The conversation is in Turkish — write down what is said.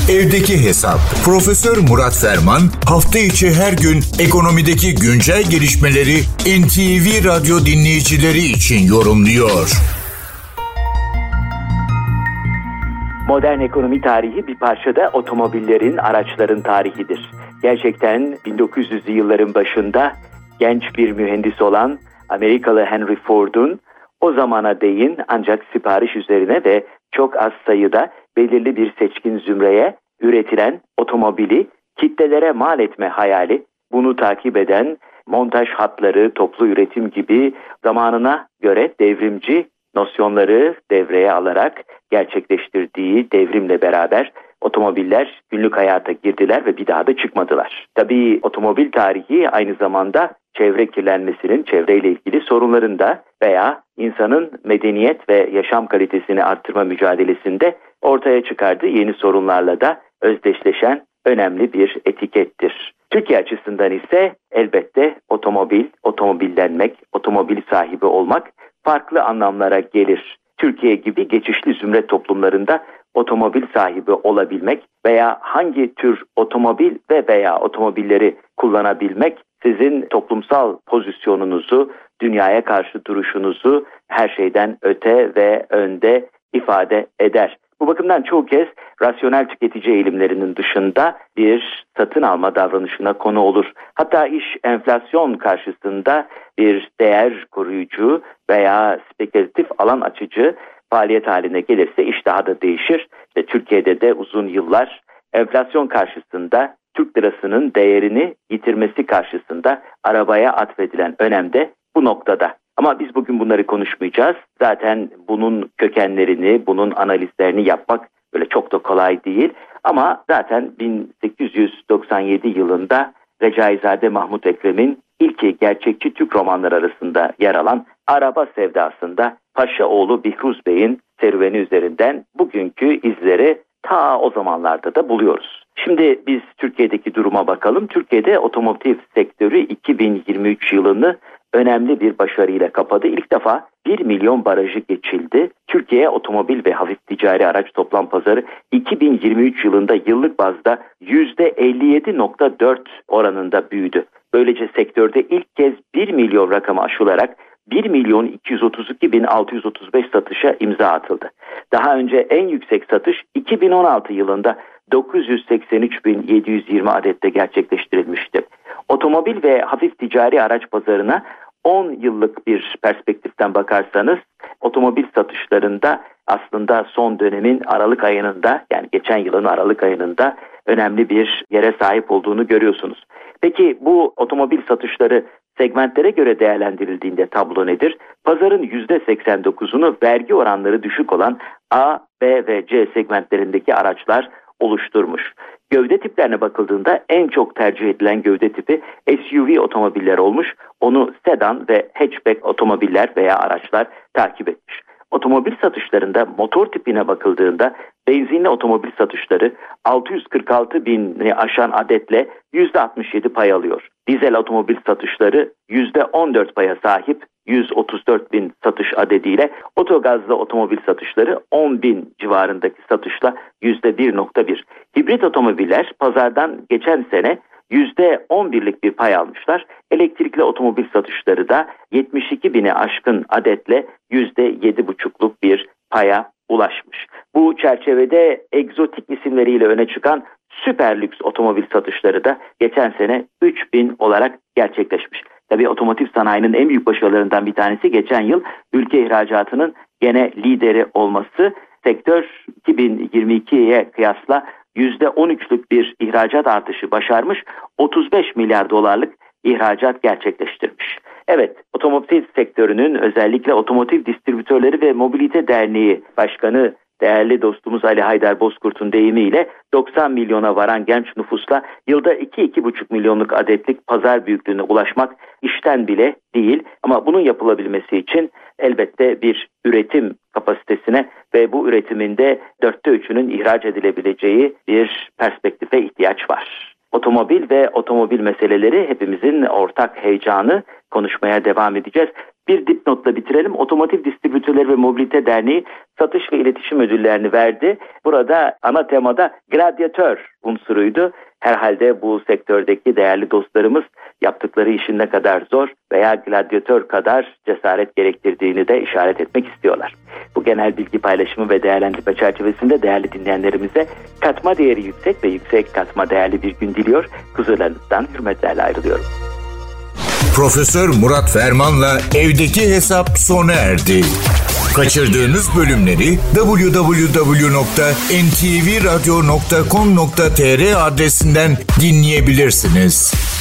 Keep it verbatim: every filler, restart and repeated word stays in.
Evdeki Hesap. Profesör Murat Ferman hafta içi her gün ekonomideki güncel gelişmeleri N T V Radyo dinleyicileri için yorumluyor. Modern ekonomi tarihi bir parçada otomobillerin, araçların tarihidir. Gerçekten bin dokuz yüzlü yılların başında genç bir mühendis olan Amerikalı Henry Ford'un o zamana değin ancak sipariş üzerine ve çok az sayıda belirli bir seçkin zümreye üretilen otomobili kitlelere mal etme hayali, bunu takip eden montaj hatları, toplu üretim gibi zamanına göre devrimci nosyonları devreye alarak gerçekleştirdiği devrimle beraber otomobiller günlük hayata girdiler ve bir daha da çıkmadılar. Tabii otomobil tarihi aynı zamanda çevre kirlenmesinin, çevreyle ilgili sorunların da veya insanın medeniyet ve yaşam kalitesini arttırma mücadelesinde ortaya çıkardığı yeni sorunlarla da özdeşleşen önemli bir etikettir. Türkiye açısından ise elbette otomobil, otomobillenmek, otomobil sahibi olmak farklı anlamlara gelir. Türkiye gibi geçişli zümre toplumlarında otomobil sahibi olabilmek veya hangi tür otomobil ve veya otomobilleri kullanabilmek sizin toplumsal pozisyonunuzu, dünyaya karşı duruşunuzu her şeyden öte ve önde ifade eder. Bu bakımdan çoğu kez rasyonel tüketici eğilimlerinin dışında bir satın alma davranışına konu olur. Hatta iş enflasyon karşısında bir değer koruyucu veya spekülatif alan açıcı faaliyet haline gelirse iş daha da değişir. İşte Türkiye'de de uzun yıllar enflasyon karşısında Türk lirasının değerini yitirmesi karşısında arabaya atfedilen önem de bu noktada. Ama biz bugün bunları konuşmayacağız. Zaten bunun kökenlerini, bunun analizlerini yapmak böyle çok da kolay değil. Ama zaten bin sekiz yüz doksan yedi yılında Recaizade Mahmut Ekrem'in ilki gerçekçi Türk romanları arasında yer alan Araba Sevdası'nda Paşaoğlu Bihruz Bey'in serüveni üzerinden bugünkü izleri ta o zamanlarda da buluyoruz. Şimdi biz Türkiye'deki duruma bakalım. Türkiye'de otomotiv sektörü iki bin yirmi üç yılını önemli bir başarıyla kapadı. İlk defa bir milyon barajı geçildi. Türkiye otomobil ve hafif ticari araç toplam pazarı iki bin yirmi üç yılında yıllık bazda yüzde elli yedi virgül dört oranında büyüdü. Böylece sektörde ilk kez bir milyon rakamı aşılarak bir milyon iki yüz otuz iki bin altı yüz otuz beş satışa imza atıldı. Daha önce en yüksek satış iki bin on altı yılında dokuz yüz seksen üç bin yedi yüz yirmi adette gerçekleştirilmişti. Otomobil ve hafif ticari araç pazarına on yıllık bir perspektiften bakarsanız otomobil satışlarında aslında son dönemin Aralık ayında, yani geçen yılın Aralık ayında önemli bir yere sahip olduğunu görüyorsunuz. Peki bu otomobil satışları segmentlere göre değerlendirildiğinde tablo nedir? Pazarın yüzde seksen dokuzunu vergi oranları düşük olan A, B ve C segmentlerindeki araçlar oluşturmuş. Gövde tiplerine bakıldığında en çok tercih edilen gövde tipi S U V otomobiller olmuş. Onu sedan ve hatchback otomobiller veya araçlar takip etmiş. Otomobil satışlarında motor tipine bakıldığında benzinli otomobil satışları altı yüz kırk altı bini aşan adetle yüzde altmış yedi pay alıyor. Dizel otomobil satışları yüzde on dört paya sahip yüz otuz dört bin satış adediyle, otogazlı otomobil satışları on bin civarındaki satışla yüzde bir virgül bir. Hibrit otomobiller pazardan geçen sene yüzde on birlik bir pay almışlar. Elektrikli otomobil satışları da yetmiş iki bini aşkın adetle yüzde yedi buçukluk bir paya ulaşmış. Bu çerçevede egzotik isimleriyle öne çıkan süper lüks otomobil satışları da geçen sene üç bin olarak gerçekleşmiş. Tabii otomotiv sanayinin en büyük başarılarından bir tanesi geçen yıl ülke ihracatının gene lideri olması. Sektör iki bin yirmi ikiye kıyasla yüzde on üçlük bir ihracat artışı başarmış, otuz beş milyar dolarlık ihracat gerçekleştirmiş. Evet, otomotiv sektörünün özellikle Otomotiv Distribütörleri ve Mobilite Derneği Başkanı değerli dostumuz Ali Haydar Bozkurt'un deyimiyle doksan milyona varan genç nüfusla yılda iki iki buçuk milyonluk adetlik pazar büyüklüğüne ulaşmak işten bile değil. Ama bunun yapılabilmesi için elbette bir üretim kapasitesine ve bu üretiminde dörtte üçünün ihraç edilebileceği bir perspektife ihtiyaç var. Otomobil ve otomobil meseleleri hepimizin ortak heyecanı, konuşmaya devam edeceğiz. Bir dipnotla bitirelim. Otomotiv Distribütörleri ve Mobilite Derneği satış ve iletişim ödüllerini verdi. Burada ana temada gladyatör unsuruydu. Herhalde bu sektördeki değerli dostlarımız yaptıkları işin ne kadar zor veya gladyatör kadar cesaret gerektirdiğini de işaret etmek istiyorlar. Bu genel bilgi paylaşımı ve değerlendirme çerçevesinde değerli dinleyenlerimize katma değeri yüksek ve yüksek katma değerli bir gün diliyor. Huzurlarınızdan hürmetlerle ayrılıyorum. Profesör Murat Ferman'la evdeki hesap sona erdi. Kaçırdığınız bölümleri double-u double-u double-u nokta en ti vi radyo nokta com nokta tr adresinden dinleyebilirsiniz.